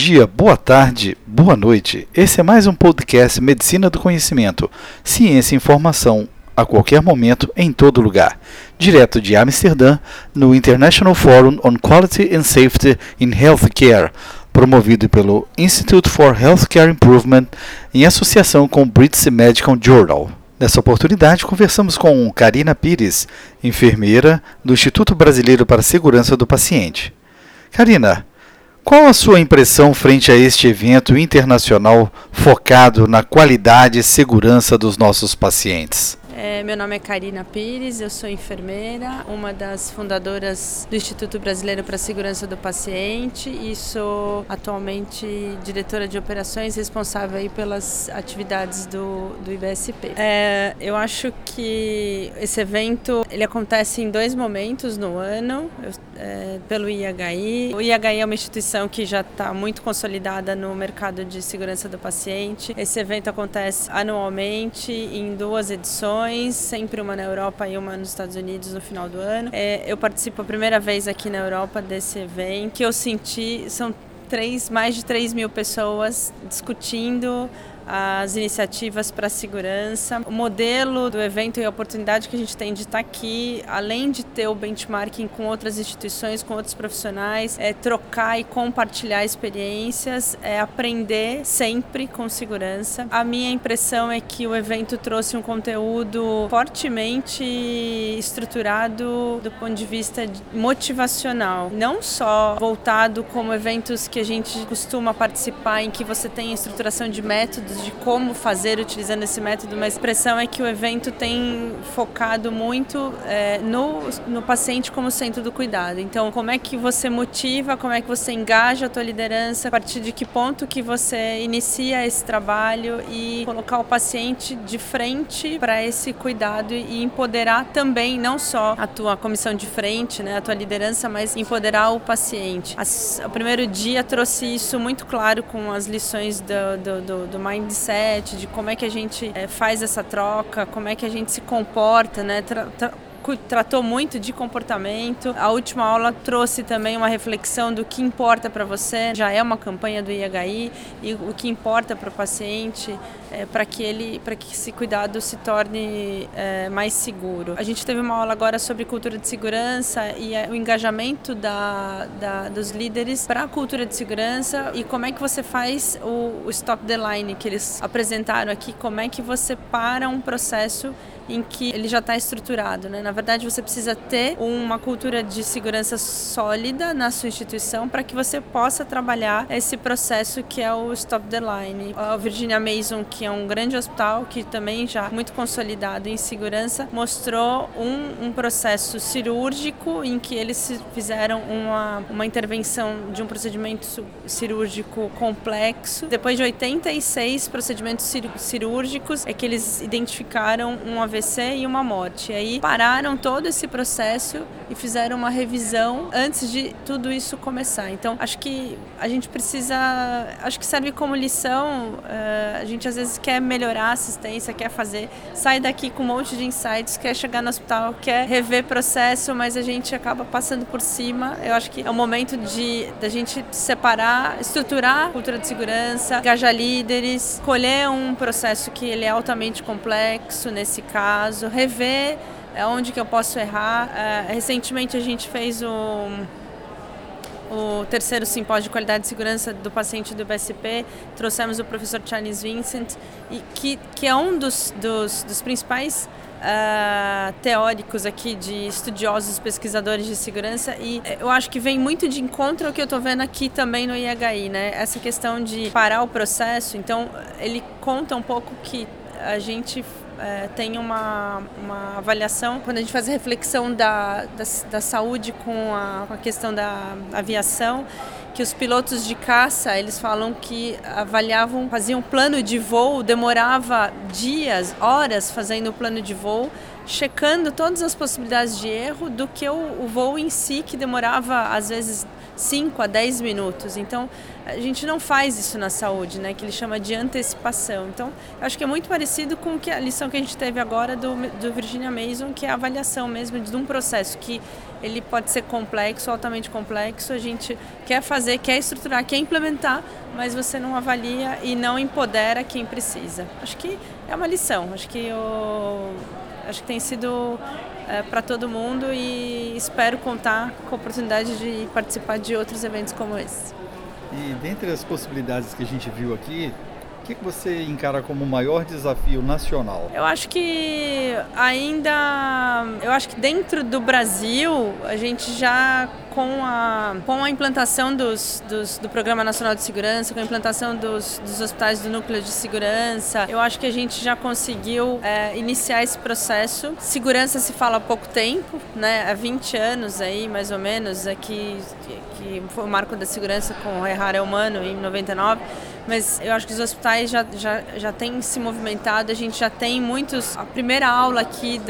dia, boa tarde, boa noite. Esse é mais um podcast Medicina do Conhecimento, ciência e informação a qualquer momento, em todo lugar. Direto de Amsterdã, no International Forum on Quality and Safety in Healthcare, promovido pelo Institute for Healthcare Improvement em associação com o British Medical Journal. Nessa oportunidade, conversamos com Karina Pires, enfermeira do Instituto Brasileiro para a Segurança do Paciente. Karina, qual a sua impressão frente a este evento internacional focado na qualidade e segurança dos nossos pacientes? Meu nome é Karina Pires, eu sou enfermeira, uma das fundadoras do Instituto Brasileiro para a Segurança do Paciente e sou atualmente diretora de operações responsável aí pelas atividades do IBSP. Eu acho que esse evento ele acontece em 2 momentos no ano, pelo IHI. O IHI é uma instituição que já está muito consolidada no mercado de segurança do paciente. Esse evento acontece anualmente em 2 edições, sempre uma na Europa e uma nos Estados Unidos no final do ano. Eu participo a primeira vez aqui na Europa desse evento. O que eu senti são mais de 3 mil pessoas discutindo as iniciativas para a segurança. O modelo do evento e a oportunidade que a gente tem de estar aqui, além de ter o benchmarking com outras instituições, com outros profissionais, trocar e compartilhar experiências, aprender sempre com segurança. A minha impressão é que o evento trouxe um conteúdo fortemente estruturado do ponto de vista motivacional, não só voltado como eventos que a gente costuma participar, em que você tem a estruturação de métodos de como fazer utilizando esse método, mas a impressão é que o evento tem focado muito no paciente como centro do cuidado. Então, como é que você motiva, como é que você engaja a tua liderança, a partir de que ponto que você inicia esse trabalho e colocar o paciente de frente para esse cuidado e empoderar também, não só a tua comissão de frente, né, a tua liderança, mas empoderar o paciente. O primeiro dia trouxe isso muito claro com as lições do mindset, de como é que a gente faz essa troca, como é que a gente se comporta, né? Tratou muito de comportamento. A última aula trouxe também uma reflexão do que importa para você. Já é uma campanha do IHI e o que importa para o paciente para que esse cuidado se torne mais seguro. A gente teve uma aula agora sobre cultura de segurança e o engajamento dos líderes para a cultura de segurança e como é que você faz o stop the line que eles apresentaram aqui, como é que você para um processo em que ele já está estruturado, né? Na verdade, você precisa ter uma cultura de segurança sólida na sua instituição para que você possa trabalhar esse processo que é o Stop the Line. A Virginia Mason, que é um grande hospital, que também já é muito consolidado em segurança, mostrou um processo cirúrgico em que eles fizeram uma intervenção de um procedimento cirúrgico complexo. Depois de 86 procedimentos cirúrgicos, é que eles identificaram um AVC e uma morte. E aí pararam todo esse processo e fizeram uma revisão antes de tudo isso começar. Então, acho que a gente precisa, acho que serve como lição, a gente às vezes quer melhorar a assistência, quer sai daqui com um monte de insights, quer chegar no hospital, quer rever processo, mas a gente acaba passando por cima. Eu acho que é o momento da gente separar, estruturar a cultura de segurança, engajar líderes, escolher um processo que ele é altamente complexo nesse caso, rever onde que eu posso errar. Recentemente a gente fez o 3º simpósio de qualidade e segurança do paciente do IBSP, trouxemos o professor Charles Vincent, que é um dos principais teóricos aqui, de estudiosos, pesquisadores de segurança, e eu acho que vem muito de encontro ao que eu estou vendo aqui também no IHI, né? Essa questão de parar o processo. Então, ele conta um pouco que a gente tem uma avaliação, quando a gente faz a reflexão da saúde com a questão da aviação, que os pilotos de caça, eles falam que faziam plano de voo, demorava dias, horas fazendo o plano de voo, checando todas as possibilidades de erro, do que o voo em si, que demorava às vezes 5 a 10 minutos. Então, a gente não faz isso na saúde, né, que ele chama de antecipação. Então, eu acho que é muito parecido com a lição que a gente teve agora do Virginia Mason, que é a avaliação mesmo de um processo que ele pode ser complexo, altamente complexo, a gente quer fazer, quer estruturar, quer implementar, mas você não avalia e não empodera quem precisa. Acho que é uma lição, acho que tem sido para todo mundo e espero contar com a oportunidade de participar de outros eventos como esse. E dentre as possibilidades que a gente viu aqui, o que você encara como o maior desafio nacional? Eu acho que dentro do Brasil, a gente já com a implantação do Programa Nacional de Segurança, com a implantação dos hospitais do Núcleo de Segurança, eu acho que a gente já conseguiu iniciar esse processo. Segurança se fala há pouco tempo, né? Há 20 anos aí, mais ou menos, que foi o marco da segurança com o Errar Humano em 99, mas eu acho que os hospitais já têm se movimentado, a gente já tem muitos... A primeira aula aqui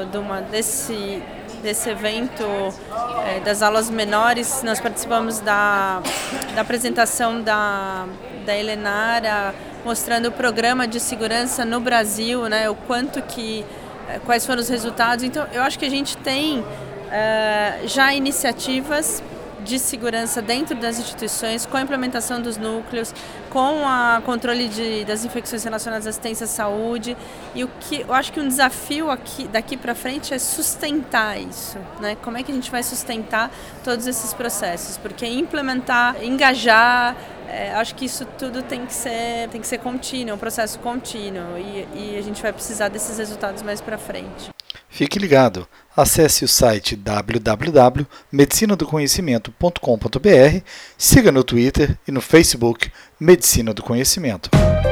desse evento, das aulas menores, nós participamos da apresentação da Helenara, mostrando o programa de segurança no Brasil, né, quais foram os resultados. Então, eu acho que a gente tem já iniciativas de segurança dentro das instituições, com a implementação dos núcleos, com o controle das infecções relacionadas à assistência à saúde. E eu acho que um desafio daqui para frente é sustentar isso, né? Como é que a gente vai sustentar todos esses processos? Porque implementar, engajar, acho que isso tudo tem que ser contínuo, um processo contínuo, e a gente vai precisar desses resultados mais para frente. Fique ligado, acesse o site www.medicinadoconhecimento.com.br, siga no Twitter e no Facebook Medicina do Conhecimento.